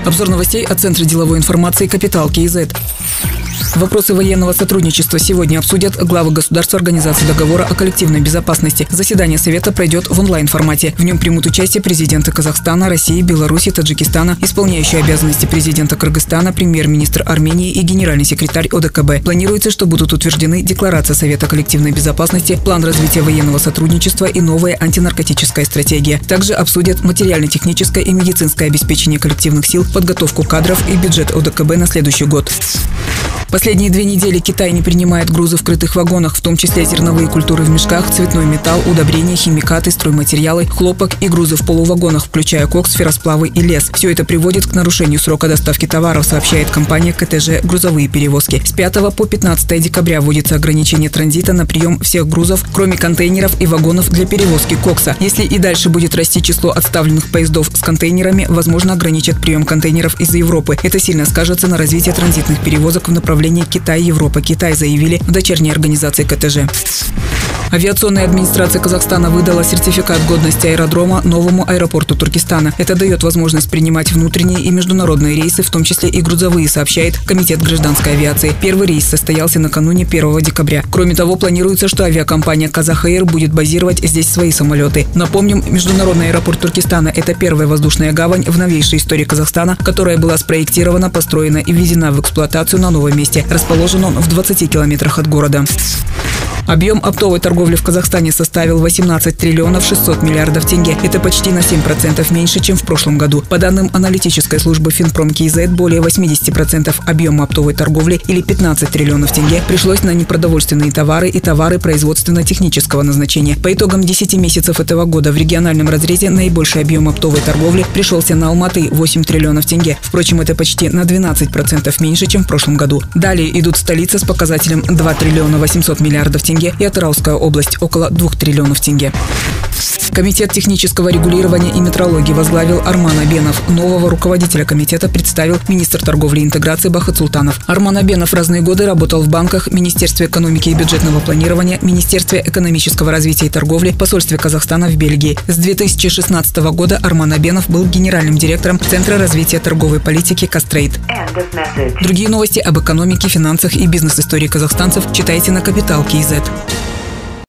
Обзор новостей от Центра деловой информации «Капитал КИЗ». Вопросы военного сотрудничества сегодня обсудят главы государств Организации договора о коллективной безопасности. Заседание Совета пройдет в онлайн-формате. В нем примут участие президенты Казахстана, России, Беларуси, Таджикистана, исполняющий обязанности президента Кыргызстана, премьер-министр Армении и генеральный секретарь ОДКБ. Планируется, что будут утверждены декларация Совета коллективной безопасности, план развития военного сотрудничества и новая антинаркотическая стратегия. Также обсудят материально-техническое и медицинское обеспечение коллективных сил, подготовку кадров и бюджет ОДКБ на следующий год. Последние 2 недели Китай не принимает грузы в крытых вагонах, в том числе зерновые культуры в мешках, цветной металл, удобрения, химикаты, стройматериалы, хлопок и грузы в полувагонах, включая кокс, ферросплавы и лес. Все это приводит к нарушению срока доставки товаров, сообщает компания КТЖ «Грузовые перевозки». С 5 по 15 декабря вводится ограничение транзита на прием всех грузов, кроме контейнеров и вагонов для перевозки кокса. Если и дальше будет расти число отставленных поездов с контейнерами, возможно, ограничат прием контейнеров из Европы. Это сильно скажется на развитии транзитных перевозок в направлении Китай-Европа-Китай, заявили в дочерней организации КТЖ. Авиационная администрация Казахстана выдала сертификат годности аэродрома новому аэропорту Туркестана. Это дает возможность принимать внутренние и международные рейсы, в том числе и грузовые, сообщает Комитет гражданской авиации. Первый рейс состоялся накануне 1 декабря. Кроме того, планируется, что авиакомпания «Казахэйр» будет базировать здесь свои самолеты. Напомним, международный аэропорт Туркестана – это первая воздушная гавань в новейшей истории Казахстана, которая была спроектирована, построена и введена в эксплуатацию на новом месте. Расположен он в 20 километрах от города. Объем оптовой торговли в Казахстане составил 18 триллионов 600 миллиардов тенге. Это почти на 7% меньше, чем в прошлом году. По данным аналитической службы Финпром КИЗ, более 80% объема оптовой торговли или 15 триллионов тенге пришлось на непродовольственные товары и товары производственно-технического назначения. По итогам 10 месяцев этого года в региональном разрезе наибольший объем оптовой торговли пришелся на Алматы – 8 триллионов тенге. Впрочем, это почти на 12% меньше, чем в прошлом году. Далее идут столица с показателем 2 триллиона 800 миллиардов тенге и Атырауская область – около 2 триллионов тенге. Комитет технического регулирования и метрологии возглавил Арман Абенов. Нового руководителя комитета представил министр торговли и интеграции Бахыт Султанов. Арман Абенов в разные годы работал в банках, Министерстве экономики и бюджетного планирования, Министерстве экономического развития и торговли, посольстве Казахстана в Бельгии. С 2016 года Арман Абенов был генеральным директором Центра развития торговой политики «Кастрейд». Другие новости об экономике, финансах и бизнес-истории казахстанцев читайте на Капитал КИЗ.